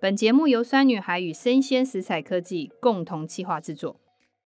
本节目由酸女孩与生鲜食材科技共同企划制作。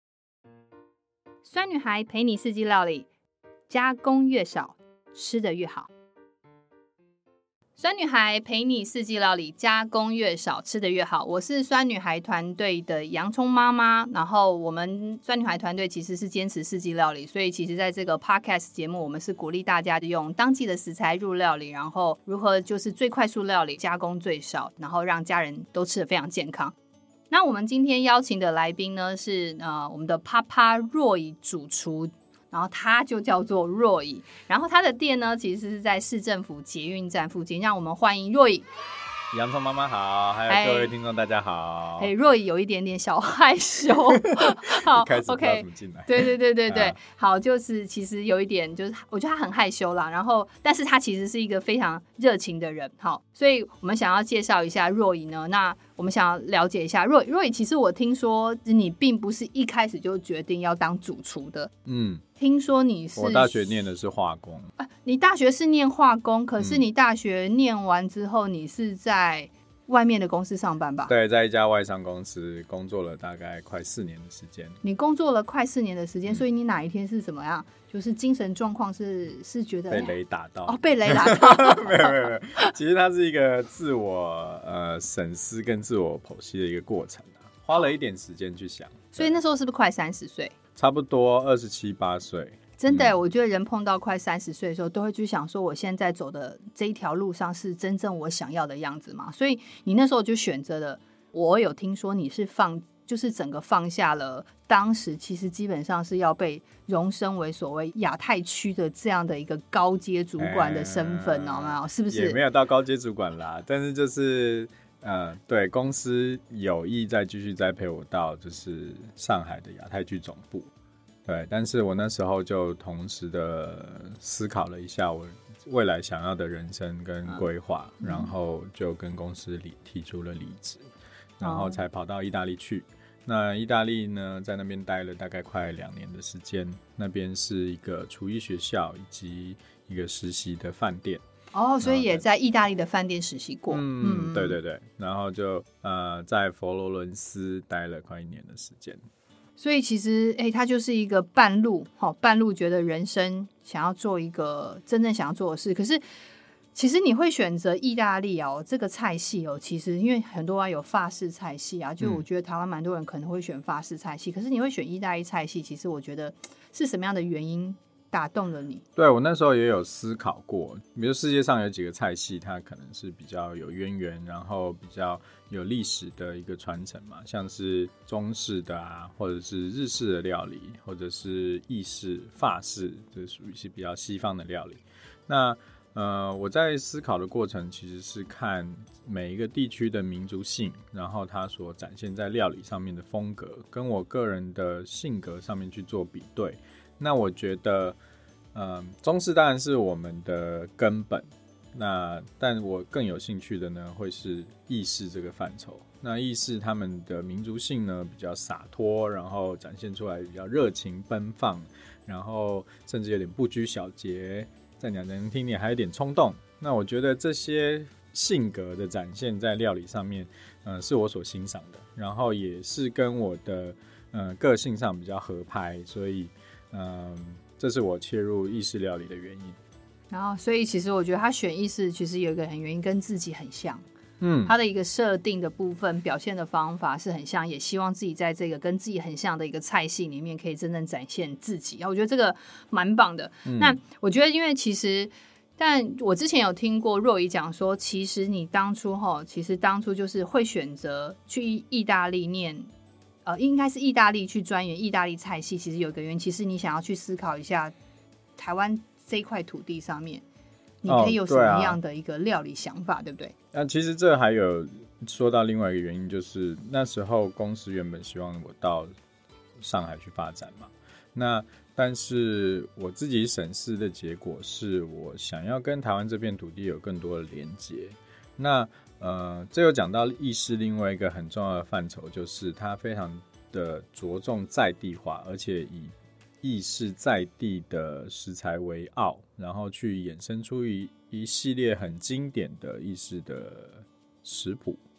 酸女孩陪你四季料理，加工越少，吃得越好。酸女孩陪你四季料理，加工越少，吃得越好。我是酸女孩团队的洋葱妈妈，然后我们酸女孩团队其实是坚持四季料理，所以其实在这个 podcast 节目，我们是鼓励大家用当季的食材入料理，然后如何就是最快速料理，加工最少，然后让家人都吃得非常健康。那我们今天邀请的来宾呢是我们的啪啪若以主厨，然后他就叫做若以，然后他的店呢其实是在市政府捷运站附近，让我们欢迎若以。 洋葱妈妈好，还有各位听众大家好。 若以有一点点小害羞，好， 一开始不知道怎么进来。 对，好，就是其实有一点，就是我觉得他很害羞啦，然后但是他其实是一个非常热情的人，好，所以我们想要介绍一下若以呢，那我们想要了解一下若以，其实我听说你并不是一开始就决定要当主厨的，听说你是， 我大学念的是化工， 你大学是念化工，可是你大学念完之后，你是在外面的公司上班吧？ 对，在一家外商公司工作了大概快4年的时间。 你工作了快4年的时间，所以你哪一天是怎么样？就是精神状况是觉得被雷打到哦，被雷打到没有，其实它是一个自我审思跟自我剖析的一个过程花了一点时间去想。 所以那时候是不是快30岁？ 差不多27、28岁。 真的我觉得人碰到快30岁的时候，都会去想说，我现在走的这一条路上是真正我想要的样子嘛？所以你那时候就选择了。我有听说你是就是整个放下了当时其实基本上是要被荣升为所谓亚太区的这样的一个高阶主管的身份，有没有？是不是？ 也没有到高阶主管啦，但是就是对，公司有意再继续栽培我到就是上海的亚太区总部。对，但是我那时候就同时的思考了一下我未来想要的人生跟规划，然后就跟公司提出了离职，然后才跑到意大利去。那意大利呢，在那边待了大概快2年的时间，那边是一个厨艺学校以及一个实习的饭店。 所以也在意大利的饭店实习过。 对，然后就在佛罗伦斯待了快1年的时间。 所以其实他就是一个半路觉得人生想要做一个真正想要做的事。可是其实你会选择意大利这个菜系其实因为很多有法式菜系就我觉得台湾蛮多人可能会选法式菜系，可是你会选意大利菜系，其实我觉得是什么样的原因打动了你？ 对，我那时候也有思考过，比如世界上有几个菜系它可能是比较有渊源，然后比较有历史的一个传承嘛，像是中式的或者是日式的料理，或者是意式、法式，这属于是比较西方的料理。那我在思考的过程其实是看每一个地区的民族性，然后它所展现在料理上面的风格跟我个人的性格上面去做比对。那我觉得中式当然是我们的根本，但我更有兴趣的呢会是意式这个范畴。那意式他们的民族性呢比较洒脱，然后展现出来比较热情奔放，然后甚至有点不拘小节，再讲难听点还有点冲动。那我觉得这些性格的展现在料理上面是我所欣赏的，然后也是跟我的个性上比较合拍，所以这是我切入意式料理的原因。 然后所以其实我觉得他选意式其实有一个原因跟自己很像，他的一个设定的部分表现的方法是很像，也希望自己在这个跟自己很像的一个菜系里面可以真正展现自己，我觉得这个蛮棒的。那我觉得因为其实但我之前有听过若以讲说，其实你当初就是会选择去意大利念应该是意大利去钻研意大利菜系，其实有一个原因，其实你想要去思考一下台湾这一块土地上面你可以有什么样的一个料理想法，对不对？ 其实这还有说到另外一个原因，就是那时候公司原本希望我到上海去发展嘛，但是我自己审视的结果是我想要跟台湾这片土地有更多的连结。那这有讲到意式另外一个很重要的范畴，就是它非常的着重在地化，而且以意式在地的食材为傲，然后去衍生出一系列很经典的意式的食谱。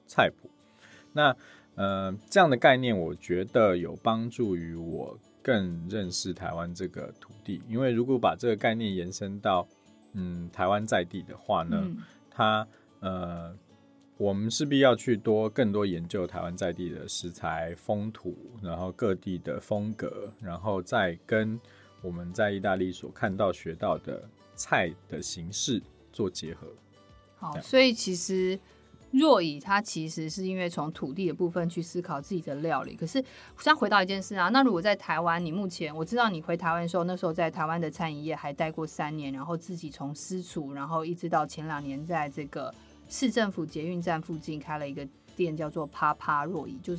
菜谱。那这样的概念我觉得有帮助于我更认识台湾这个土地，因为如果把这个概念延伸到台湾在地的话呢，我们势必要去更多研究台湾在地的食材风土，然后各地的风格，然后再跟我们在意大利所看到学到的菜的形式做结合。 好，所以其实若以他其实是因为从土地的部分去思考自己的料理，可是像回到一件事啊，那如果在台湾，你目前我知道你回台湾的时候，那时候在台湾的餐饮业还待过3年，然后自己从私厨，然后一直到前2年在这个市政府捷运站附近开了一个店，叫做啪啪若以，就是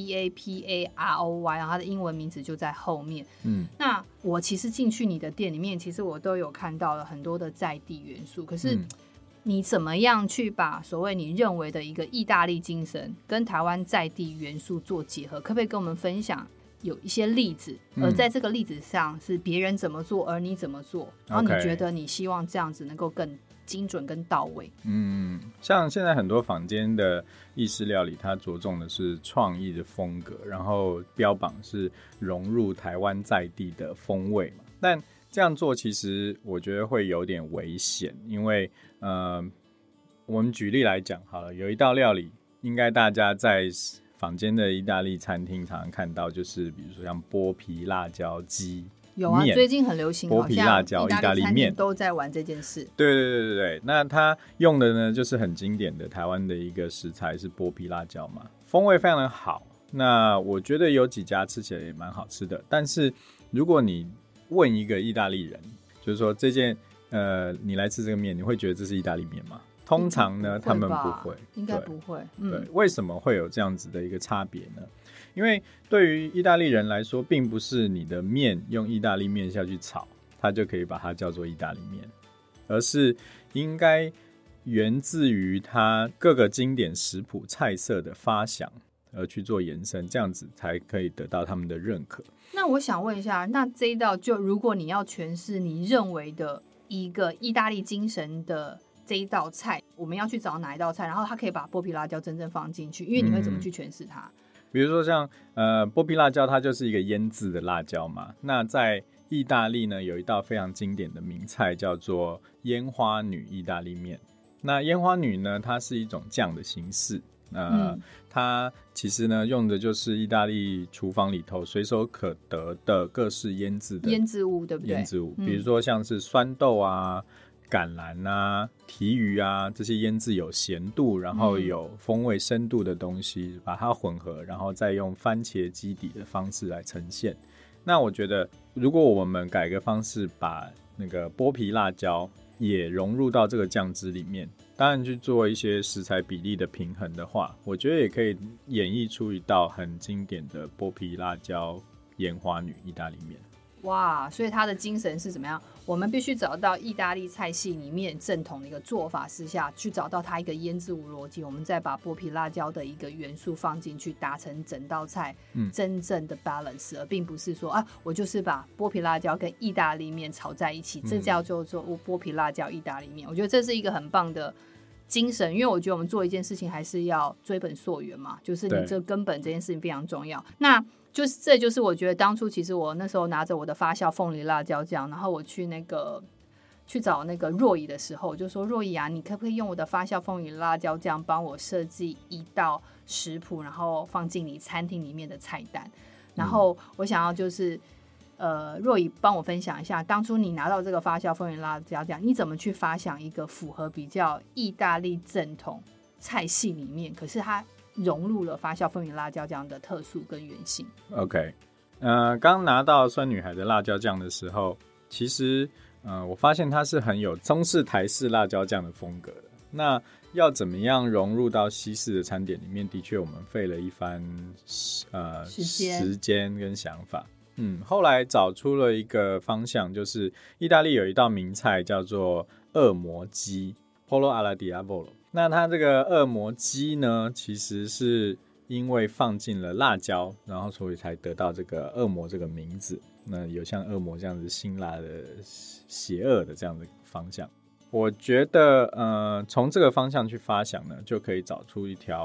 PAPAROY， 然后它的英文名字就在后面。那我其实进去你的店里面，其实我都有看到了很多的在地元素，可是你怎么样去把所谓你认为的一个意大利精神跟台湾在地元素做结合？可不可以跟我们分享有一些例子，而在这个例子上是别人怎么做，而你怎么做，然后你觉得你希望这样子能够更精准跟到位？ 像现在很多坊间的意式料理，它着重的是创意的风格，然后标榜是融入台湾在地的风味嘛，但这样做其实我觉得会有点危险，因为我们举例来讲好了，有一道料理应该大家在坊间的意大利餐厅常常看到，就是比如说像剥皮辣椒鸡， 有啊，最近很流行， 剥皮辣椒意大利面都在玩这件事。 对，那它用的呢就是很经典的台湾的一个食材是剥皮辣椒嘛，风味非常的好。那我觉得有几家吃起来也蛮好吃的，但是如果你问一个意大利人，就是说这件你来吃这个面，你会觉得这是意大利面吗？通常呢他们不会， 应该不会。 对，为什么会有这样子的一个差别呢？因为对于意大利人来说，并不是你的面用意大利面下去炒，它就可以把它叫做意大利面，而是应该源自于它各个经典食谱菜色的发想而去做延伸，这样子才可以得到他们的认可。 那我想问一下，那这一道就如果你要诠释你认为的一个意大利精神的这一道菜，我们要去找哪一道菜，然后它可以把剥皮辣椒真正放进去，因为你会怎么去诠释它？ 比如说像剥皮辣椒，它就是一个腌制的辣椒嘛。那在意大利呢，有一道非常经典的名菜叫做烟花女意大利面。那烟花女呢，它是一种酱的形式。它其实呢用的就是意大利厨房里头随手可得的各式腌制物，对不对？ 腌制物，比如说像是酸豆啊、橄榄啊、提鱼啊，这些腌制有咸度然后有风味深度的东西，把它混合，然后再用番茄基底的方式来呈现。那我觉得如果我们改个方式，把那个剥皮辣椒也融入到这个酱汁里面，当然去做一些食材比例的平衡的话，我觉得也可以演绎出一道很经典的剥皮辣椒烟花女意大利面。 哇，所以它的精神是怎么样？我们必须找到意大利菜系里面正统的一个做法之下，去找到它一个腌制物逻辑，我们再把剥皮辣椒的一个元素放进去，达成整道菜真正的 balance，而并不是说我就是把剥皮辣椒跟意大利面炒在一起，这叫做剥皮辣椒意大利面。我觉得这是一个很棒的精神，因为我觉得我们做一件事情还是要追本溯源嘛，就是你这根本这件事情非常重要。那这就是我觉得当初其实我那时候拿着我的发酵凤梨辣椒酱，然后我去找那个若以的时候，我就说若以啊，你可不可以用我的发酵凤梨辣椒酱帮我设计一道食谱，然后放进你餐厅里面的菜单。然后我想要就是若以帮我分享一下，当初你拿到这个发酵凤梨辣椒酱，你怎么去发想一个符合比较意大利正统菜系里面，可是它融入了发酵凤梨辣椒酱的特殊跟原性。 OK， 刚拿到酸女孩的辣椒酱的时候，其实我发现它是很有中式台式辣椒酱的风格的。那要怎么样融入到西式的餐点里面，的确我们费了一番时间跟想法。后来找出了一个方向，就是意大利有一道名菜叫做恶魔鸡 Pollo alla Diavolo。那它这个恶魔鸡呢，其实是因为放进了辣椒，然后所以才得到这个恶魔这个名字。那有像恶魔这样子辛辣的邪恶的这样的方向，我觉得从这个方向去发想呢，就可以找出一条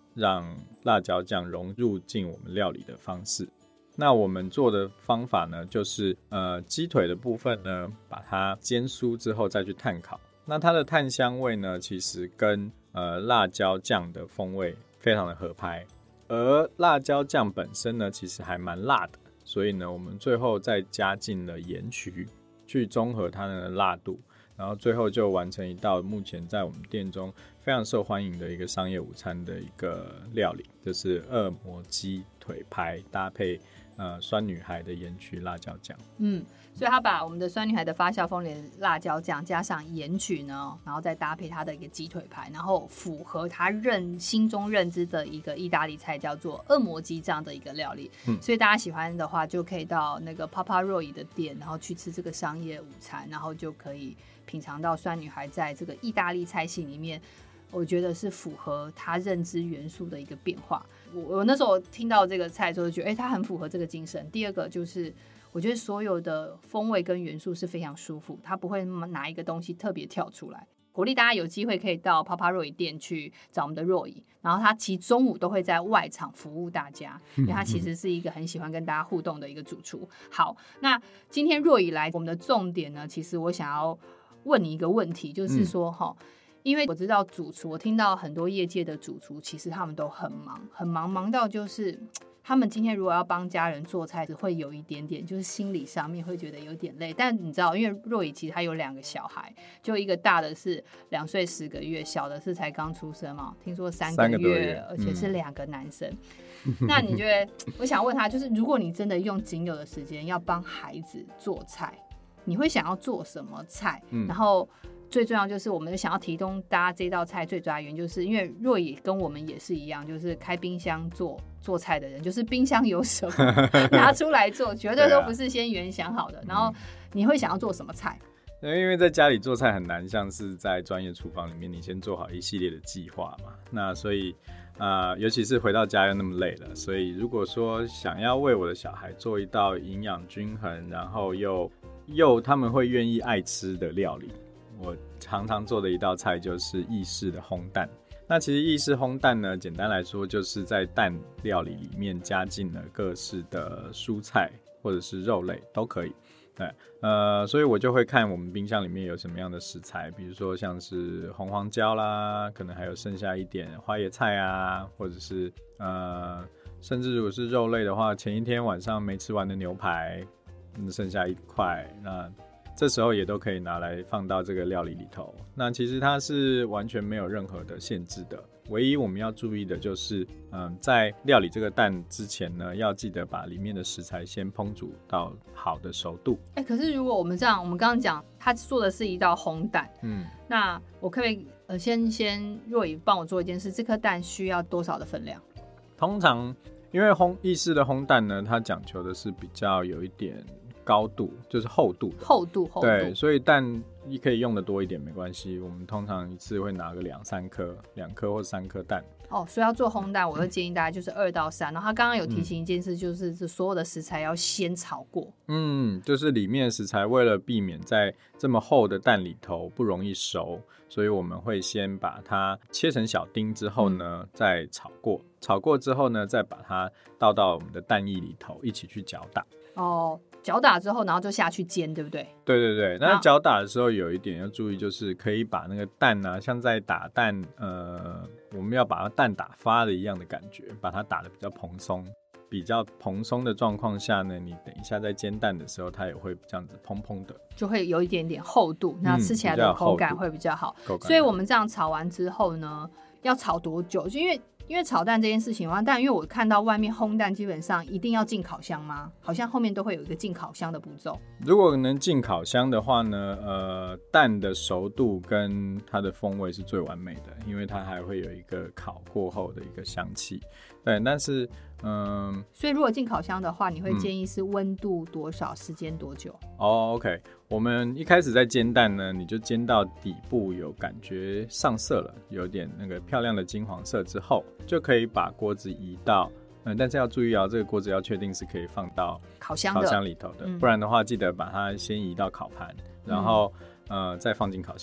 让辣椒酱融入进我们料理的方式。那我们做的方法呢，就是鸡腿的部分呢，把它煎酥之后再去炭烤。那它的炭香味呢，其实跟辣椒酱的风味非常的合拍，而辣椒酱本身呢，其实还蛮辣的，所以呢，我们最后再加进了盐曲去中和它的辣度，然后最后就完成一道目前在我们店中非常受欢迎的一个商业午餐的一个料理，就是恶魔鸡腿排搭配酸女孩的盐曲辣椒酱。 所以他把我们的酸女孩的发酵风味辣椒酱加上盐曲呢，然后再搭配他的一个鸡腿排，然后符合他心中认知的一个意大利菜，叫做恶魔鸡这样的一个料理。所以大家喜欢的话，就可以到那个 Papa Roy 的店，然后去吃这个商业午餐，然后就可以品尝到酸女孩在这个意大利菜系里面，我觉得是符合他认知元素的一个变化。我那时候听到这个菜的时候，就觉得它很符合这个精神。第二个就是我觉得所有的风味跟元素是非常舒服，它不会拿一个东西特别跳出来。鼓励大家有机会可以到 Papa Roy 店去找我们的若仪，然后他其实中午都会在外场服务大家，因为他其实是一个很喜欢跟大家互动的一个主厨。好，那今天若仪来，我们的重点呢，其实我想要问你一个问题，就是说因为我知道主厨，我听到很多业界的主厨，其实他们都很忙，忙到就是他们今天如果要帮家人做菜，会有一点点就是心理上面会觉得有点累。但你知道，因为若仪其实他有2个小孩，就一个大的是2岁10个月，小的是才刚出生嘛，听说3个月，而且是2个男生。那你觉得，我想问他，就是如果你真的用仅有的时间要帮孩子做菜，你会想要做什么菜？然后最重要就是我们想要提供大家这道菜最主要的原因，就是因为若仪跟我们也是一样，就是开冰箱做菜的人，就是冰箱有什么拿出来做，绝对都不是先原想好的。然后你会想要做什么菜？ 因为在家里做菜很难像是在专业厨房里面你先做好一系列的计划嘛，那所以尤其是回到家又那么累了，所以如果说想要为我的小孩做一道营养均衡，然后又他们会愿意爱吃的料理，我常常做的一道菜就是意式的烘蛋。那其实意式烘蛋呢，简单来说就是在蛋料理里面加进了各式的蔬菜或者是肉类都可以。对，所以我就会看我们冰箱里面有什么样的食材，比如说像是红黄椒啦，可能还有剩下一点花椰菜啊，或者是甚至如果是肉类的话，前一天晚上没吃完的牛排，剩下1块，那这时候也都可以拿来放到这个料理里头。那其实它是完全没有任何的限制的，唯一我们要注意的就是在料理这个蛋之前呢，要记得把里面的食材先烹煮到好的熟度。 可是如果我们这样，我们刚刚讲他做的是一道烘蛋，那我可不可以先若仪帮我做一件事，这颗蛋需要多少的分量？ 通常因为意式的烘蛋呢，它讲求的是比较有一点高度，就是厚度，对，所以蛋可以用的多一点没关系，我们通常一次会拿个2-3颗，2颗或3颗蛋。 所以要做烘蛋，我会建议大家就是2到3。然后他刚刚有提醒一件事，就是所有的食材要先炒过。 就是里面的食材为了避免在这么厚的蛋里头不容易熟，所以我们会先把它切成小丁之后呢，再炒过。炒过之后呢，再把它倒到我们的蛋液里头一起去搅打。 搅打之后，然后就下去煎，对不对？ 对。那搅打的时候有一点要注意，就是可以把那个蛋啊，像在打蛋，我们要把它蛋打发的一样的感觉，把它打得比较蓬松。比较蓬松的状况下呢，你等一下在煎蛋的时候，它也会这样子蓬蓬的， 就会有一点点厚度，那吃起来的口感会比较好。所以我们这样炒完之后呢，要炒多久？就因为炒蛋这件事情的话，但因为我看到外面烘蛋基本上一定要进烤箱吗？好像后面都会有一个进烤箱的步骤。 如果能进烤箱的话呢，蛋的熟度跟它的风味是最完美的，因为它还会有一个烤过后的一个香气。对，但是所以如果进烤箱的话，你会建议是温度多少，时间多久 ？OK， 我们一开始在煎蛋呢，你就煎到底部有感觉上色了，有点那个漂亮的金黄色之后，就可以把锅子移到但是要注意这个锅子要确定是可以放到烤箱里头的，不然的话记得把它先移到烤盘，然后再放进烤箱。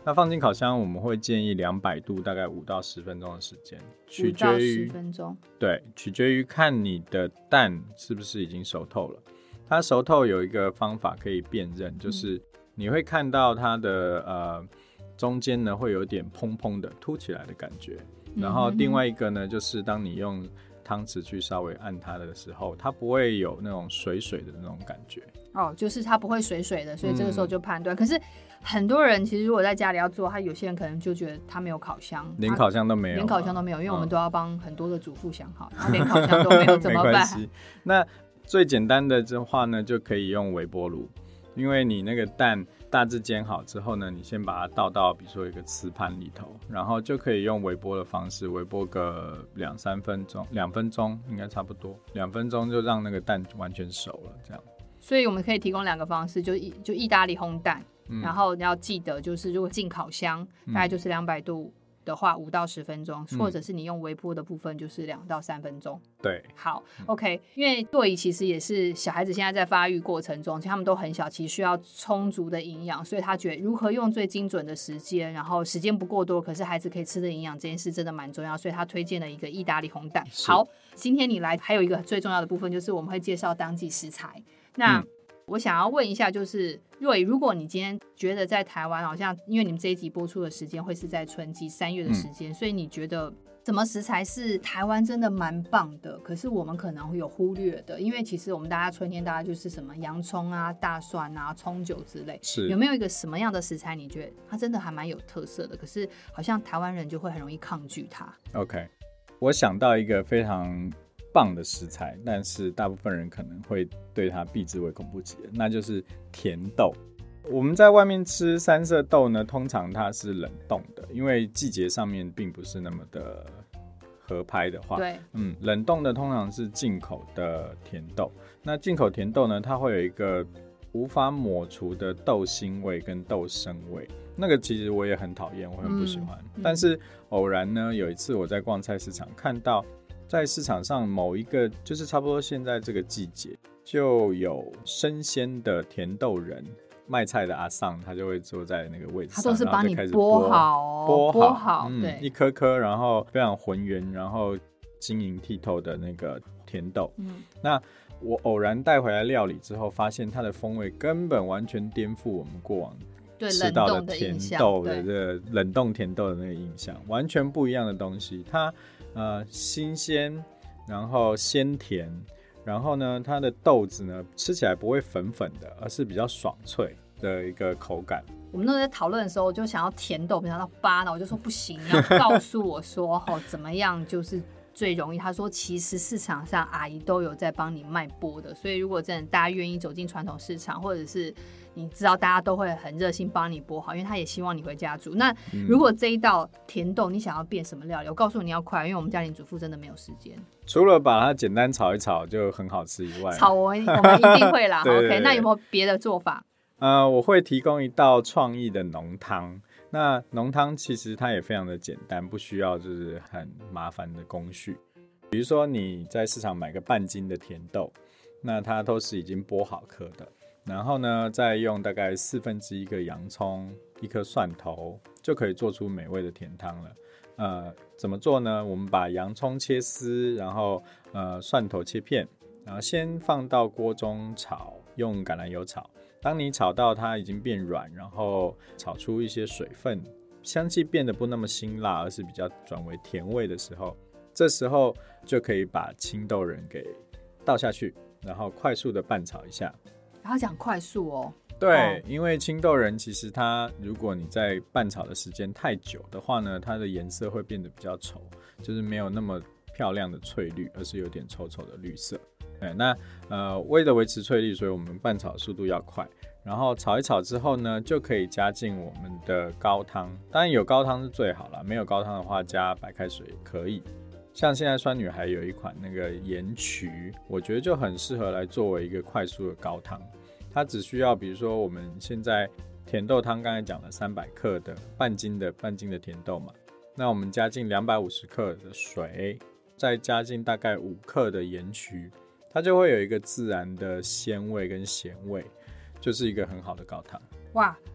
那放进烤箱，我们会建议200度，大概5到10分钟的时间，取决于 5到10分钟。 对，取决于看你的蛋是不是已经熟透了。它熟透有一个方法可以辨认，就是你会看到它的中间呢会有点蓬蓬的凸起来的感觉，然后另外一个呢，就是当你用汤匙去稍微按它的时候，它不会有那种水水的那种感觉。 哦，就是它不会水水的，所以这个时候就判断。可是很多人其实如果在家里要做，他有些人可能就觉得他没有烤箱， 连烤箱都没有， 连烤箱都没有，因为我们都要帮很多的主妇想好，然后连烤箱都没有怎么办？ 没关系。那最简单的的话呢，就可以用微波炉，因为你那个蛋大致煎好之后呢，你先把它倒到比如说一个瓷盘里头，然后就可以用微波的方式微波个2-3分钟，2分钟应该差不多，2分钟就让那个蛋完全熟了，这样。 所以我们可以提供2个方式，就意大利烘蛋，然后你要记得就是如果进烤箱，大概就是200度的话5到10分钟，或者是你用微波的部分就是2到3分钟。 对， 好 ，OK， 因为座椅其实也是小孩子现在在发育过程中，其实他们都很小，其实需要充足的营养，所以他觉得如何用最精准的时间，然后时间不过多，可是孩子可以吃的营养，这件事真的蛮重要，所以他推荐了一个意大利烘蛋。好，今天你来还有一个最重要的部分，就是我们会介绍当季食材。那我想要问一下，就是若以，如果你今天觉得在台湾好像，因为你们这一集播出的时间会是在春季3月的时间，所以你觉得什么食材是台湾真的蛮棒的，可是我们可能会有忽略的？因为其实我们大家春天大家就是什么洋葱啊、大蒜啊、葱酒之类， 是有没有一个什么样的食材你觉得它真的还蛮有特色的，可是好像台湾人就会很容易抗拒它？ OK， 我想到一个非常棒的食材，但是大部分人可能会对它避之唯恐不及的，那就是甜豆。我们在外面吃三色豆呢，通常它是冷冻的，因为季节上面并不是那么的合拍的话， 对， 冷冻的通常是进口的甜豆。那进口甜豆呢，它会有一个无法抹除的豆腥味跟豆生味，那个其实我也很讨厌，我很不喜欢。但是偶然呢，有一次我在逛菜市场看到，在市场上某一个就是差不多现在这个季节，就有生鲜的甜豆人，卖菜的阿桑，他就会坐在那个位置上， 他都是帮你剥好剥好，对， 一颗颗，然后非常浑圆，然后晶莹剔透的那个甜豆。那我偶然带回来料理之后，发现它的风味根本完全颠覆我们过往吃到的甜豆的这个冷冻甜豆的那个印象，完全不一样的东西。它新鲜，然后鲜甜，然后呢，它的豆子呢吃起来不会粉粉的，而是比较爽脆的一个口感。 我们那时候在讨论的时候，就想要甜豆，没想到8呢，我就说不行，你要告诉我说怎么样就是最容易。他说其实市场上阿姨都有在帮你卖剥的，所以如果真的大家愿意走进传统市场，或者是你知道大家都会很热心帮你剥好，因为他也希望你回家煮。那如果这一道甜豆你想要变什么料理，我告诉你要快，因为我们家庭主妇真的没有时间。 除了把它简单炒一炒就很好吃以外， 炒我们一定会啦。 对对对 OK， 那有没有别的做法？ 我会提供一道创意的浓汤。那浓汤其实它也非常的简单，不需要就是很麻烦的工序。比如说你在市场买个半斤的甜豆，那它都是已经剥好颗的，然后呢再用大概1/4个洋葱、1颗蒜头，就可以做出美味的甜汤了。怎么做呢？我们把洋葱切丝，然后蒜头切片，然后先放到锅中炒，用橄榄油炒。当你炒到它已经变软，然后炒出一些水分，香气变得不那么辛辣，而是比较转为甜味的时候，这时候就可以把青豆仁给倒下去，然后快速的拌炒一下。 然后讲快速哦。 对，因为青豆仁其实它，如果你在拌炒的时间太久的话呢，它的颜色会变得比较稠，就是没有那么漂亮的翠绿，而是有点稠稠的绿色。那为了维持翠绿，所以我们拌炒的速度要快。然后炒一炒之后呢，就可以加进我们的高汤。当然有高汤是最好啦，没有高汤的话加白开水也可以。像现在酸女孩有一款那个盐曲，我觉得就很适合来作为一个快速的高汤。它只需要，比如说我们现在甜豆汤刚才讲了300克的半斤的甜豆嘛，那我们加进250克的水，再加进大概5克的盐曲，它就会有一个自然的鲜味跟咸味，就是一个很好的高汤。 哇，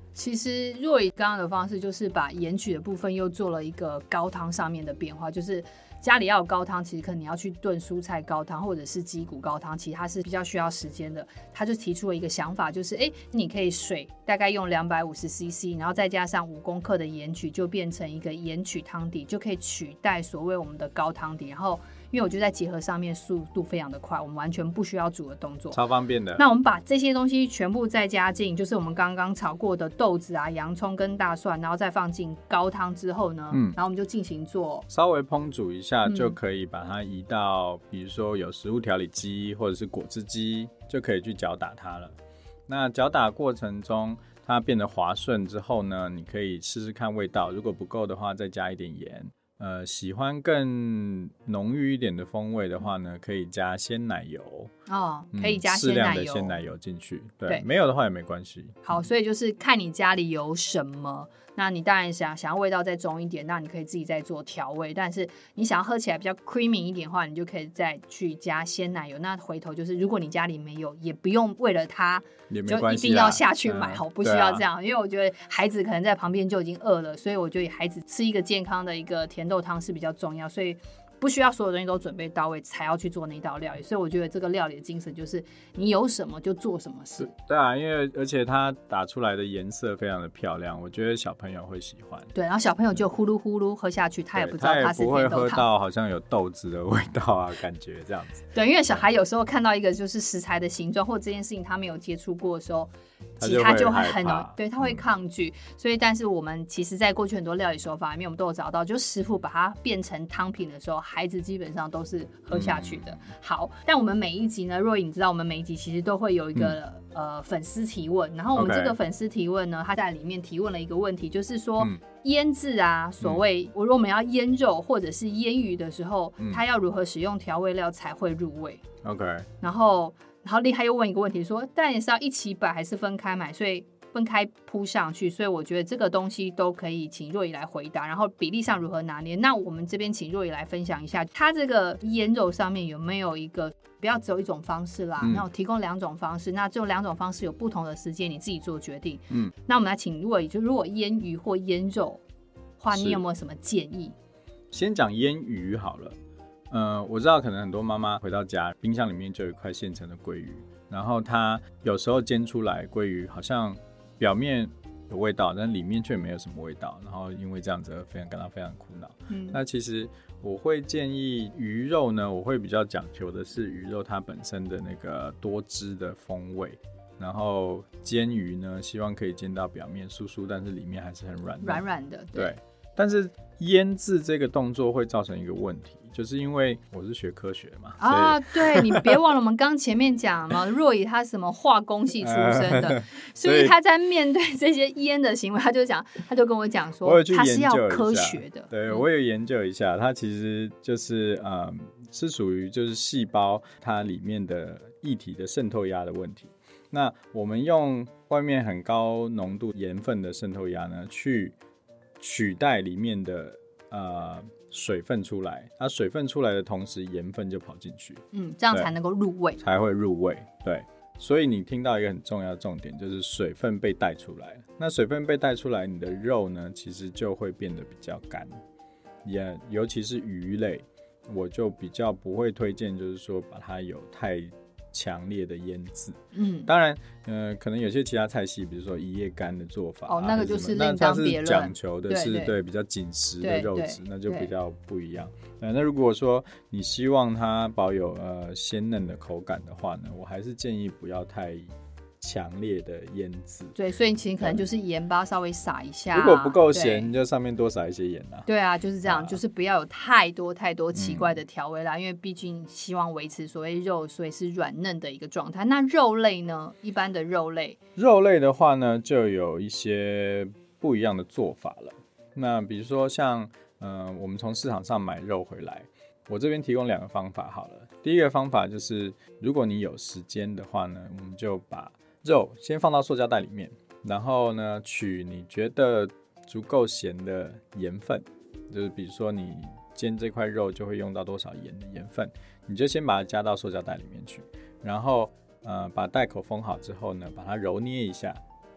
其实若以刚刚的方式，就是把盐曲的部分又做了一个高汤上面的变化，就是家里要有高汤，其实可能你要去炖蔬菜高汤或者是鸡骨高汤，其实它是比较需要时间的。他就提出了一个想法，就是你可以水大概用250cc， 然后再加上5公克的盐曲，就变成一个盐曲汤底，就可以取代所谓我们的高汤底。然后因为我觉得在结合上面速度非常的快，我们完全不需要煮的动作， 超方便的。 那我们把这些东西全部再加进，就是我们刚刚炒过的豆子啊、洋葱跟大蒜，然后再放进高汤之后呢，然后我们就进行做稍微烹煮一下，就可以把它移到比如说有食物调理机或者是果汁机，就可以去搅打它了。那搅打过程中它变得滑顺之后呢，你可以试试看味道，如果不够的话再加一点盐。喜欢更浓郁一点的风味的话呢，可以加鲜奶油可以加鲜奶油， 适量的鲜奶油进去。对，没有的话也没关系。 好，所以就是看你家里有什么，那你当然想要味道再重一点，那你可以自己再做调味。但是你想要喝起来比较 creamy 一点的话，你就可以再去加鲜奶油。那回头就是如果你家里没有，也不用为了它就一定要下去买，不需要这样。因为我觉得孩子可能在旁边就已经饿了，所以我觉得孩子吃一个健康的一个甜豆汤是比较重要，所以不需要所有东西都准备到位才要去做那道料理。所以我觉得这个料理的精神就是你有什么就做什么事。 对啊，因为而且它打出来的颜色非常的漂亮，我觉得小朋友会喜欢。 对，然后小朋友就呼噜呼噜喝下去，他也不知道它是甜豆汤， 他也不会喝到好像有豆子的味道啊，感觉这样子。 对，因为小孩有时候看到一个就是食材的形状或这件事情他没有接触过的时候，其实他就会很对，他会抗拒。所以但是我们其实在过去很多料理手法里面我们都有找到，就是师傅把它变成汤品的时候，孩子基本上都是喝下去的。好，但我们每一集呢，若隐知道我们每一集其实都会有一个粉丝提问，然后我们这个粉丝提问呢，他在里面提问了一个问题，就是说腌制啊，所谓如果我们要腌肉或者是腌鱼的时候，它要如何使用调味料才会入味 ？OK， 然后他又问一个问题说，但也是要一起摆还是分开买？所以分开铺上去，所以我觉得这个东西都可以请若仪来回答，然后比例上如何拿捏。那我们这边请若仪来分享一下，它这个腌肉上面有没有一个不要只有一种方式啦，那我提供2种方式，那这2种方式有不同的时间，你自己做决定。那我们来请若仪，就如果腌鱼或腌肉的话，你有没有什么建议？ 先讲腌鱼好了。我知道可能很多妈妈回到家，冰箱里面就有一块现成的鲑鱼，然后它有时候煎出来鲑鱼好像表面有味道，但里面却没有什么味道，然后因为这样子感到非常苦恼。那其实我会建议鱼肉呢，我会比较讲求的是鱼肉它本身的那个多汁的风味，然后煎鱼呢，希望可以煎到表面酥酥，但是里面还是很软的。 对，但是腌制这个动作会造成一个问题，就是因为我是学科学嘛对，你别忘了我们刚前面讲嘛，若仪他什么化工系出身的，所以他在面对这些腌的行为，他就跟我讲说，他是要科学的。 对，我有研究一下，它其实就是是属于就是细胞它里面的液体的渗透压的问题。那我们用外面很高浓度盐分的渗透压呢，去取代里面的水分出来，它水分出来的同时盐分就跑进去， 这样才能够入味， 才会入味。对，所以你听到一个很重要的重点，就是水分被带出来。那水分被带出来，你的肉呢其实就会变得比较干，尤其是鱼类，我就比较不会推荐，就是说把它有太强烈的腌制。当然可能有些其他菜系，比如说一夜干的做法那个就是另当别论， 那它是讲求的是对比较紧实的肉质，那就比较不一样。那如果说你希望它保有鲜嫩的口感的话呢，我还是建议不要太强烈的腌制。 对，所以其实可能就是盐巴稍微撒一下， 如果不够咸，你就上面多撒一些盐啊。 对啊，就是这样，就是不要有太多奇怪的调味啦，因为毕竟希望维持所谓肉，所以是软嫩的一个状态。那肉类呢？一般的肉类的话呢，就有一些不一样的做法了。那比如说像我们从市场上买肉回来，我这边提供2个方法好了。第一个方法就是，如果你有时间的话呢，我们就把肉先放到塑胶袋里面，然后呢取你觉得足够咸的盐分，就是比如说你煎这块肉就会用到多少盐的盐分，你就先把它加到塑胶袋里面去，然后把袋口封好之后呢，把它揉捏一下，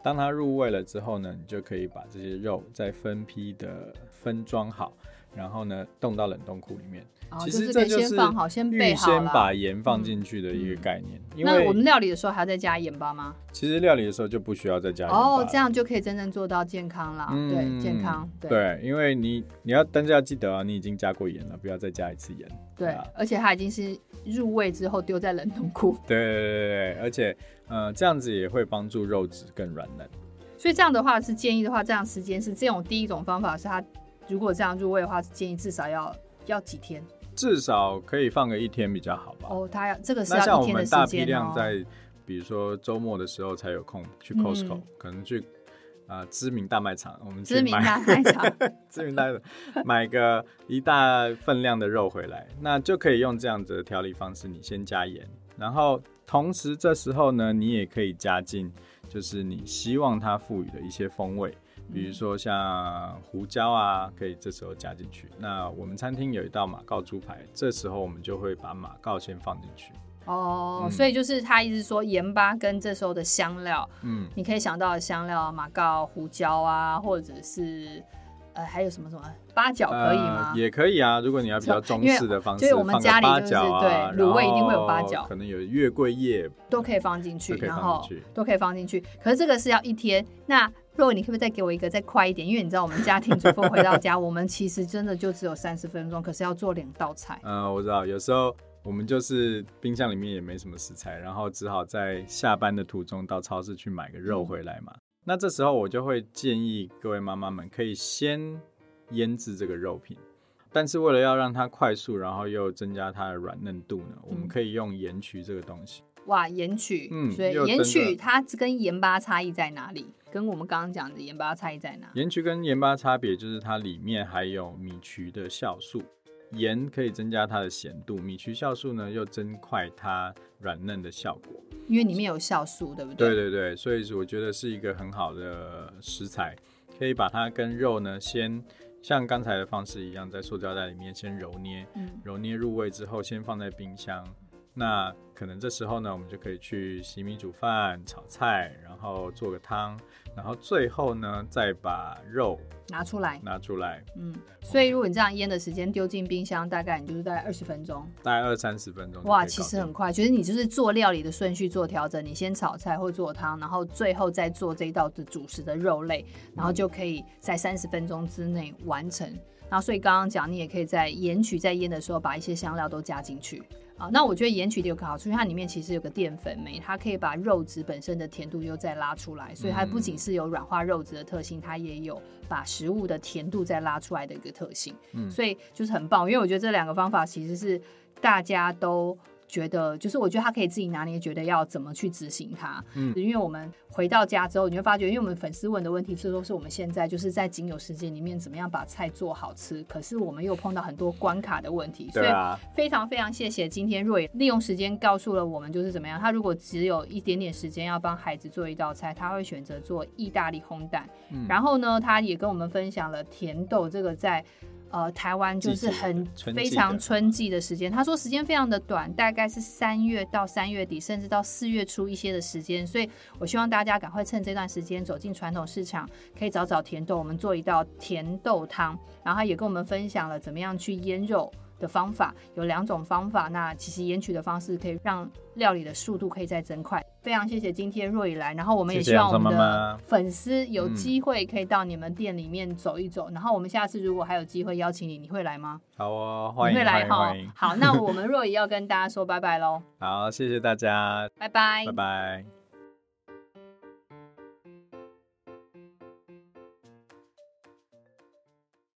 当它入味了之后呢，你就可以把这些肉再分批的分装好，然后呢冻到冷冻库里面。其实这就是预先把盐放进去的一个概念。因为那我们料理的时候还要再加盐巴吗？ 其实料理的时候就不需要再加盐巴这样就可以真正做到健康啦。对，健康。 对，因为你要但是要记得你已经加过盐了，不要再加一次盐。 对，而且它已经是入味之后丢在冷冻库。 对，而且这样子也会帮助肉质更软嫩。 所以这样的话是建议的话，这样时间是这种第一种方法是它如果这样入味的话，建议至少要几天？ 至少可以放个1天比较好吧。 它这个是要1天的时间。 那像我们大批量在比如说周末的时候才有空去 Costco，可能去知名大卖场，我们去买知名大卖场知名大卖场买个一大分量的肉回来，那就可以用这样子的调理方式，你先加盐，然后同时这时候呢，你也可以加进就是你希望它赋予的一些风味。比如说像胡椒啊，可以这时候加进去。那我们餐厅有一道马告猪排，这时候我们就会把马告先放进去。 所以就是他意思说盐巴跟这时候的香料，你可以想到的香料，马告、胡椒啊，或者是还有什么八角可以吗？ 也可以啊，如果你要比较中式的方式， 就是我们家里就是对卤味一定会有八角， 可能有月桂叶都可以放进去，然后都可以放进去。可是这个是要1天。那若你可不可以再给我一个再快一点？因为你知道我们家庭主妇回到家，我们其实真的就只有30分钟，可是要做2道菜。 我知道，有时候我们就是冰箱里面也没什么食材，然后只好在下班的途中到超市去买个肉回来嘛。那这时候我就会建议各位妈妈们可以先腌制这个肉品，但是为了要让它快速，然后又增加它的软嫩度呢，我们可以用盐曲这个东西。 哇，盐曲，所以盐曲它跟盐巴差异在哪里？跟我们刚刚讲的盐巴差异在哪？ 盐曲跟盐巴差别就是它里面还有米曲的酵素，盐可以增加它的咸度，米曲酵素呢又增快它软嫩的效果。 因为里面有酵素，对不对？ 对，所以我觉得是一个很好的食材，可以把它跟肉呢先像刚才的方式一样，在塑胶袋里面先揉捏，揉捏入味之后，先放在冰箱。那可能这时候呢，我们就可以去洗米煮饭、炒菜，然后做个汤，然后最后呢，再把肉拿出来。 所以如果你这样腌的时间丢进冰箱，大概你就是大概20分钟， 大概20-30分钟。 哇，其实很快。就是你就是做料理的顺序做调整，你先炒菜或做汤，然后最后再做这一道的主食的肉类，然后就可以在30分钟之内完成。然后所以刚刚讲，你也可以在盐曲在腌的时候把一些香料都加进去。那我觉得盐曲有个好处，因为它里面其实有个淀粉酶，它可以把肉质本身的甜度又再拉出来，所以它不仅是有软化肉质的特性，它也有把食物的甜度再拉出来的一个特性。所以就是很棒，因为我觉得这2个方法其实是大家都觉得，就是我觉得他可以自己拿捏，觉得要怎么去执行它。因为我们回到家之后，你会发觉，因为我们粉丝问的问题，这都是我们现在就是在仅有时间里面怎么样把菜做好吃，可是我们又碰到很多关卡的问题。所以非常非常谢谢今天若也利用时间告诉了我们就是怎么样，他如果只有一点点时间要帮孩子做一道菜，他会选择做意大利烘蛋。然后呢，他也跟我们分享了甜豆，这个在台湾就是非常春季的时间，他说时间非常的短，大概是3月到3月底，甚至到4月初一些的时间，所以我希望大家赶快趁这段时间走进传统市场，可以找找甜豆，我们做一道甜豆汤。然后他也跟我们分享了怎么样去腌肉的方法，有2种方法，那其实盐曲的方式可以让料理的速度可以再增快。非常谢谢今天若以来，然后我们也希望我们的粉丝有机会可以到你们店里面走一走，然后我们下次如果还有机会邀请你，你会来吗？ 好哦，欢迎， 你会来欢迎。 好，那我们若以要跟大家说拜拜咯。 好，谢谢大家， 拜拜， 拜拜。